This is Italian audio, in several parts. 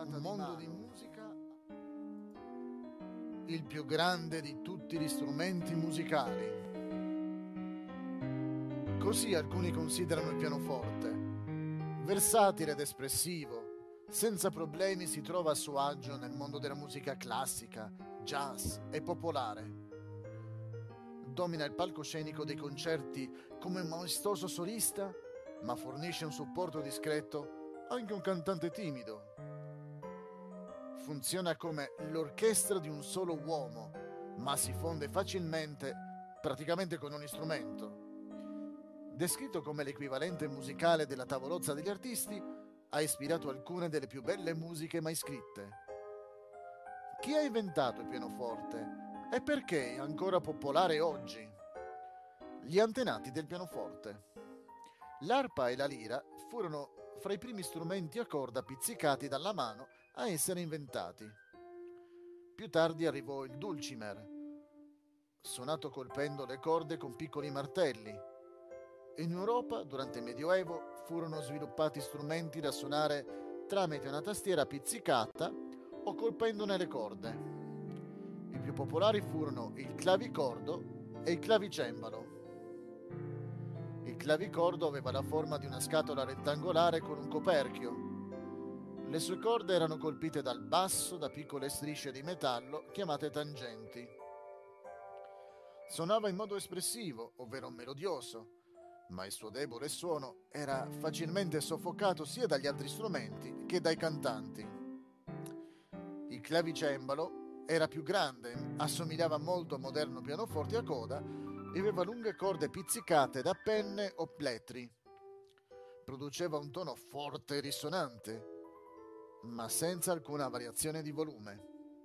un mondo di musica, il più grande di tutti gli strumenti musicali. Così alcuni considerano il pianoforte. Versatile ed espressivo, senza problemi si trova a suo agio nel mondo della musica classica, jazz e popolare. Domina il palcoscenico dei concerti come un maestoso solista, ma fornisce un supporto discreto anche a un cantante timido. Funziona come l'orchestra di un solo uomo, ma si fonde facilmente, praticamente con ogni strumento. Descritto come l'equivalente musicale della tavolozza degli artisti, ha ispirato alcune delle più belle musiche mai scritte. Chi ha inventato il pianoforte e perché è ancora popolare oggi? Gli antenati del pianoforte. L'arpa e la lira furono fra i primi strumenti a corda pizzicati dalla mano a essere inventati. Più tardi arrivò il dulcimer, suonato colpendo le corde con piccoli martelli. In Europa, durante il Medioevo, furono sviluppati strumenti da suonare tramite una tastiera pizzicata o colpendone le corde. I più popolari furono il clavicordo e il clavicembalo. Il clavicordo aveva la forma di una scatola rettangolare con un coperchio. Le sue corde erano colpite dal basso da piccole strisce di metallo chiamate tangenti. Suonava in modo espressivo, ovvero melodioso, ma il suo debole suono era facilmente soffocato sia dagli altri strumenti che dai cantanti. Il clavicembalo era più grande, assomigliava molto a un moderno pianoforte a coda e aveva lunghe corde pizzicate da penne o plettri. Produceva un tono forte e risonante, ma senza alcuna variazione di volume.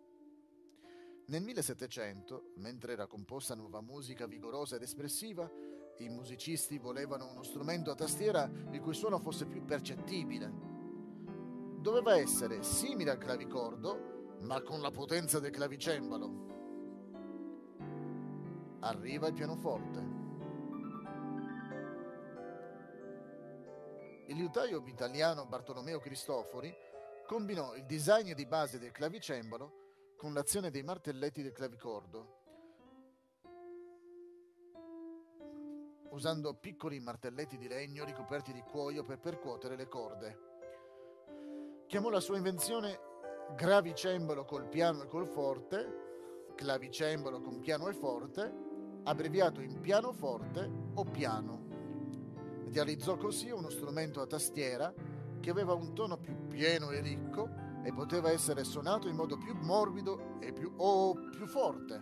Nel 1700, mentre era composta nuova musica vigorosa ed espressiva, i musicisti volevano uno strumento a tastiera il cui suono fosse più percettibile. Doveva essere simile al clavicordo, ma con la potenza del clavicembalo. Arriva il pianoforte. Il liutaio italiano Bartolomeo Cristofori combinò il design di base del clavicembalo con l'azione dei martelletti del clavicordo, usando piccoli martelletti di legno ricoperti di cuoio per percuotere le corde. Chiamò la sua invenzione gravicembalo col piano e col forte, clavicembalo con piano e forte, abbreviato in pianoforte o piano. Realizzò così uno strumento a tastiera che aveva un tono più pieno e ricco e poteva essere suonato in modo più morbido e più forte.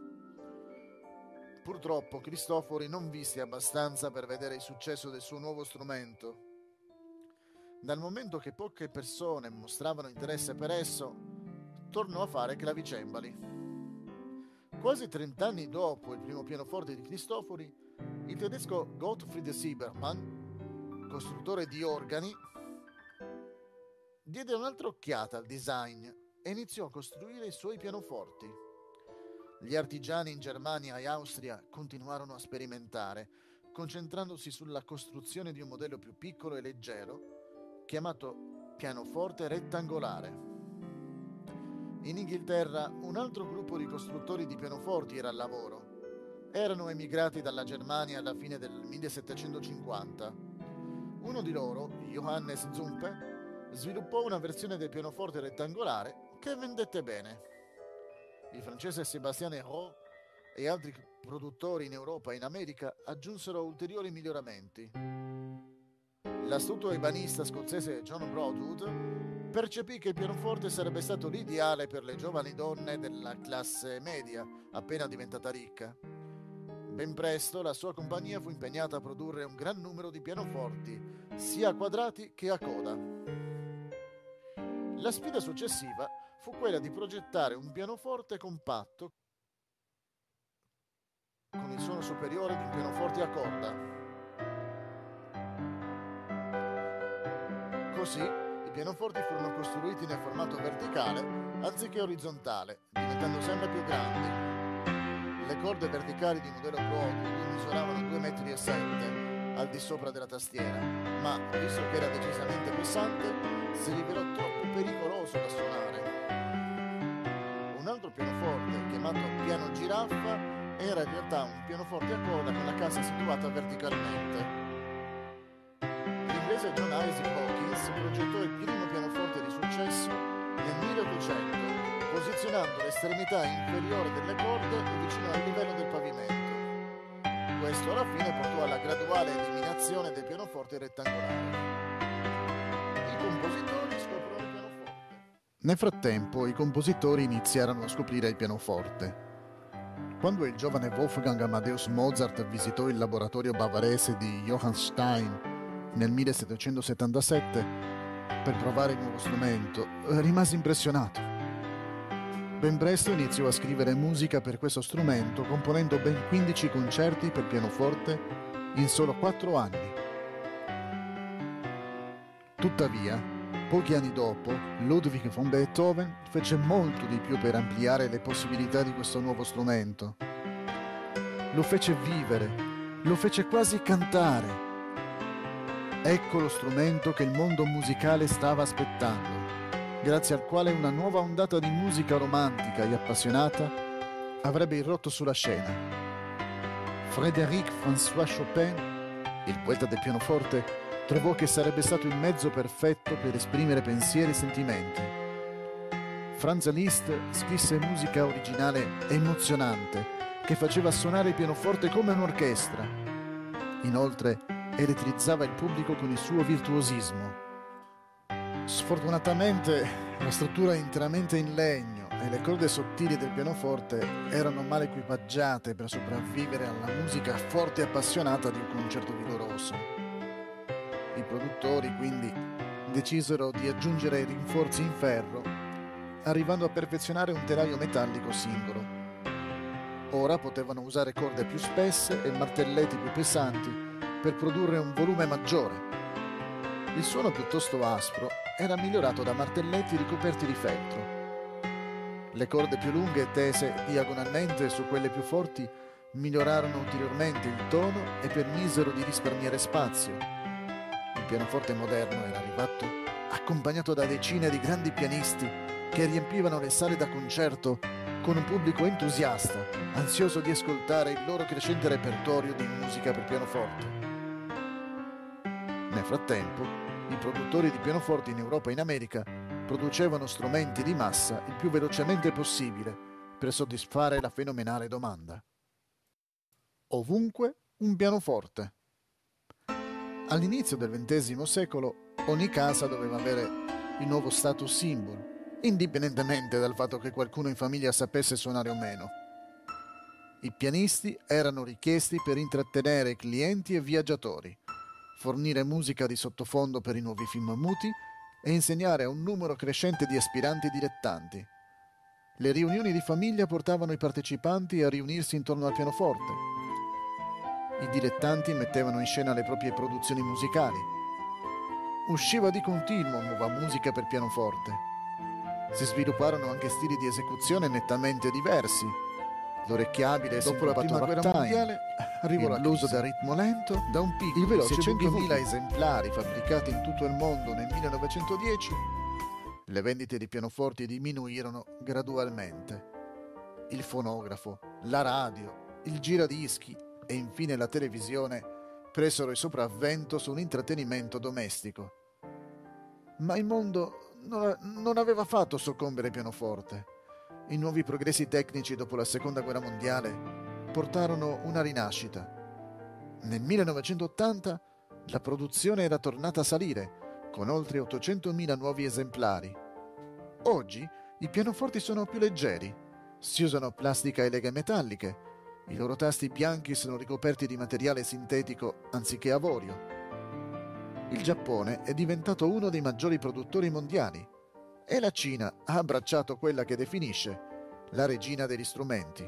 Purtroppo Cristofori non visse abbastanza per vedere il successo del suo nuovo strumento. Dal momento che poche persone mostravano interesse per esso, tornò a fare clavicembali. Quasi 30 anni dopo il primo pianoforte di Cristofori, il tedesco Gottfried Silbermann, costruttore di organi, diede un'altra occhiata al design e iniziò a costruire i suoi pianoforti. Gli artigiani in Germania e Austria continuarono a sperimentare, concentrandosi sulla costruzione di un modello più piccolo e leggero, chiamato pianoforte rettangolare. In Inghilterra un altro gruppo di costruttori di pianoforti era al lavoro. Erano emigrati dalla Germania alla fine del 1750. Uno di loro, Johannes Zumpe, sviluppò una versione del pianoforte rettangolare che vendette bene. Il francese Sébastien Hérault e altri produttori in Europa e in America aggiunsero ulteriori miglioramenti. L'astuto ebanista scozzese John Broadwood percepì che il pianoforte sarebbe stato l'ideale per le giovani donne della classe media appena diventata ricca. Ben presto la sua compagnia fu impegnata a produrre un gran numero di pianoforti, sia a quadrati che a coda. La sfida successiva fu quella di progettare un pianoforte compatto con il suono superiore di un pianoforte a corda. Così i pianoforti furono costruiti nel formato verticale anziché orizzontale, diventando sempre più grandi. Le corde verticali di modello Broadwood misuravano 2,7 m al di sopra della tastiera, ma visto che era decisamente pesante, si rivelò troppo pericoloso da giraffa era in realtà un pianoforte a coda con la cassa situata verticalmente. L'inglese John Isaac Hawkins progettò il primo pianoforte di successo nel 1800, posizionando l'estremità inferiore delle corde vicino al livello del pavimento. Questo alla fine portò alla graduale eliminazione dei pianoforti rettangolari. I compositori scoprono il pianoforte. Nel frattempo, i compositori iniziarono a scoprire il pianoforte. Quando il giovane Wolfgang Amadeus Mozart visitò il laboratorio bavarese di Johann Stein nel 1777 per provare il nuovo strumento, rimase impressionato. Ben presto iniziò a scrivere musica per questo strumento, componendo ben 15 concerti per pianoforte in solo 4 anni. Tuttavia, pochi anni dopo, Ludwig von Beethoven fece molto di più per ampliare le possibilità di questo nuovo strumento. Lo fece vivere, lo fece quasi cantare. Ecco lo strumento che il mondo musicale stava aspettando, grazie al quale una nuova ondata di musica romantica e appassionata avrebbe irrotto sulla scena. Frédéric François Chopin, il poeta del pianoforte, trovò che sarebbe stato il mezzo perfetto per esprimere pensieri e sentimenti. Franz Liszt scrisse musica originale e emozionante che faceva suonare il pianoforte come un'orchestra. Inoltre, elettrizzava il pubblico con il suo virtuosismo. Sfortunatamente la struttura è interamente in legno e le corde sottili del pianoforte erano mal equipaggiate per sopravvivere alla musica forte e appassionata di un concerto vigoroso. I produttori quindi decisero di aggiungere rinforzi in ferro, arrivando a perfezionare un telaio metallico singolo. Ora potevano usare corde più spesse e martelletti più pesanti per produrre un volume maggiore. Il suono piuttosto aspro era migliorato da martelletti ricoperti di feltro. Le corde più lunghe tese diagonalmente su quelle più forti migliorarono ulteriormente il tono e permisero di risparmiare spazio. Il pianoforte moderno era arrivato accompagnato da decine di grandi pianisti che riempivano le sale da concerto con un pubblico entusiasta, ansioso di ascoltare il loro crescente repertorio di musica per pianoforte. Nel frattempo, i produttori di pianoforti in Europa e in America producevano strumenti di massa il più velocemente possibile per soddisfare la fenomenale domanda. Ovunque un pianoforte. All'inizio del XX secolo, ogni casa doveva avere il nuovo status symbol, indipendentemente dal fatto che qualcuno in famiglia sapesse suonare o meno. I pianisti erano richiesti per intrattenere clienti e viaggiatori, fornire musica di sottofondo per i nuovi film muti e insegnare a un numero crescente di aspiranti dilettanti. Le riunioni di famiglia portavano i partecipanti a riunirsi intorno al pianoforte. I dilettanti mettevano in scena le proprie produzioni musicali. Usciva di continuo nuova musica per pianoforte. Si svilupparono anche stili di esecuzione nettamente diversi. L'orecchiabile dopo la prima guerra mondiale arrivò la blues da ritmo lento, da un picco di 600.000 esemplari fabbricati in tutto il mondo nel 1910. Le vendite di pianoforti diminuirono gradualmente. Il fonografo, la radio, il giradischi e infine la televisione presero il sopravvento su un intrattenimento domestico. Ma il mondo non aveva fatto soccombere il pianoforte. I nuovi progressi tecnici dopo la Seconda Guerra Mondiale portarono una rinascita. Nel 1980 la produzione era tornata a salire, con oltre 800.000 nuovi esemplari. Oggi i pianoforti sono più leggeri, si usano plastica e leghe metalliche, i loro tasti bianchi sono ricoperti di materiale sintetico anziché avorio. Il Giappone è diventato uno dei maggiori produttori mondiali e la Cina ha abbracciato quella che definisce la regina degli strumenti.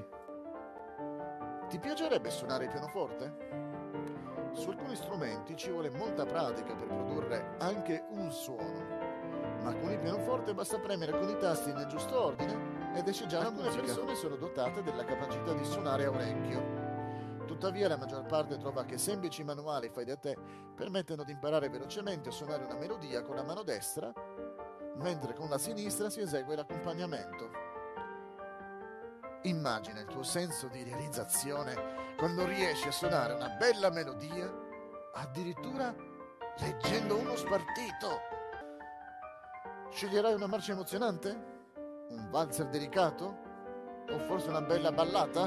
Ti piacerebbe suonare il pianoforte? Su alcuni strumenti ci vuole molta pratica per produrre anche un suono, ma con il pianoforte basta premere con i tasti nel giusto ordine ed esce già la musica. Alcune persone sono dotate della capacità di suonare a orecchio. Tuttavia la maggior parte trova che semplici manuali fai da te permettono di imparare velocemente a suonare una melodia con la mano destra, mentre con la sinistra si esegue l'accompagnamento. Immagina il tuo senso di realizzazione quando riesci a suonare una bella melodia, addirittura leggendo uno spartito. Sceglierai una marcia emozionante? Un valzer delicato? O forse una bella ballata?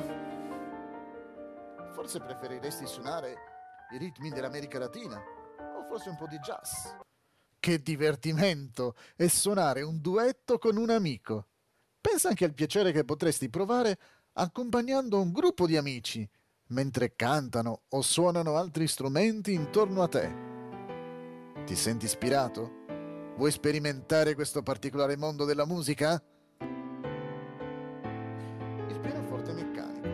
Forse preferiresti suonare i ritmi dell'America Latina? O forse un po' di jazz? Che divertimento è suonare un duetto con un amico! Pensa anche al piacere che potresti provare accompagnando un gruppo di amici mentre cantano o suonano altri strumenti intorno a te. Ti senti ispirato? Vuoi sperimentare questo particolare mondo della musica? Il pianoforte meccanico.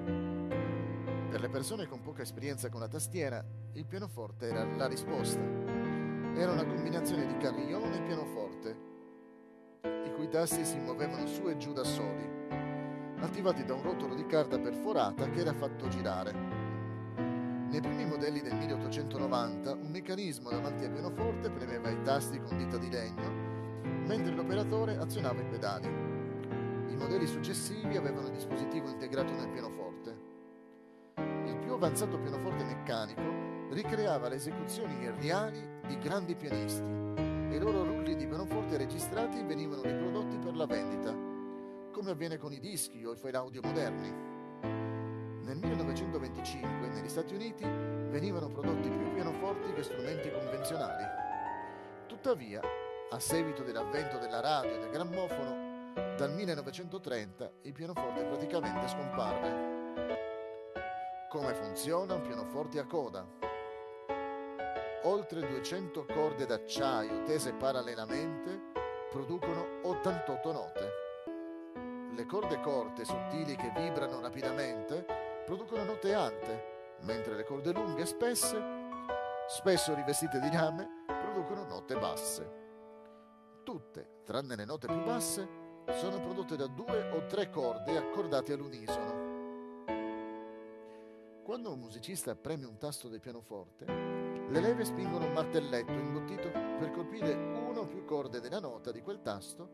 Per le persone con poca esperienza con la tastiera, il pianoforte era la risposta. Era una combinazione di carillon e pianoforte, i cui tasti si muovevano su e giù da soli, attivati da un rotolo di carta perforata che era fatto girare. Nei primi modelli del 1890 un meccanismo davanti al pianoforte premeva i tasti con dita di legno, mentre l'operatore azionava i pedali. I modelli successivi avevano il dispositivo integrato nel pianoforte. Il più avanzato pianoforte meccanico ricreava le esecuzioni reali di grandi pianisti e i loro rulli di pianoforte registrati venivano riprodotti per la vendita, come avviene con i dischi o i file audio moderni. Nel 1925 negli Stati Uniti venivano prodotti più pianoforti che strumenti convenzionali. Tuttavia, a seguito dell'avvento della radio e del grammofono, dal 1930 il pianoforte praticamente scomparve. Come funziona un pianoforte a coda? Oltre 200 corde d'acciaio tese parallelamente producono 88 note. Le corde corte, sottili che vibrano rapidamente, producono note alte, mentre le corde lunghe e spesse, spesso rivestite di rame, producono note basse. Tutte, tranne le note più basse, sono prodotte da 2 o 3 corde accordate all'unisono. Quando un musicista preme un tasto del pianoforte, le leve spingono un martelletto imbottito per colpire una o più corde della nota di quel tasto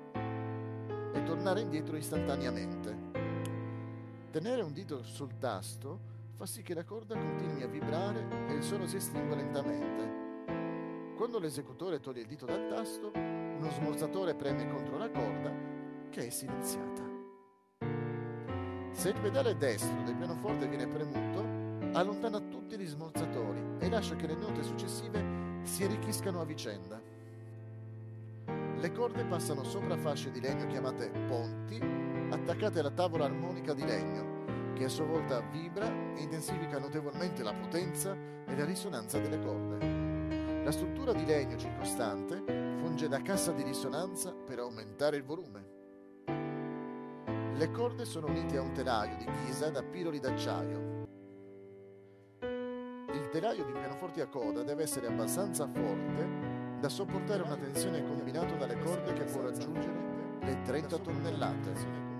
e tornare indietro istantaneamente. Tenere un dito sul tasto fa sì che la corda continui a vibrare e il suono si estingua lentamente. Quando l'esecutore toglie il dito dal tasto, uno smorzatore preme contro la corda che è silenziata. Se il pedale destro del pianoforte viene premuto, allontana tutti gli smorzatori e lascia che le note successive si arricchiscano a vicenda. Le corde passano sopra fasce di legno chiamate ponti, attaccate alla tavola armonica di legno, che a sua volta vibra e intensifica notevolmente la potenza e la risonanza delle corde. La struttura di legno circostante funge da cassa di risonanza per aumentare il volume. Le corde sono unite a un telaio di ghisa da piloli d'acciaio. Il telaio di pianoforti a coda deve essere abbastanza forte da sopportare una tensione combinata dalle corde che può raggiungere le 30 tonnellate.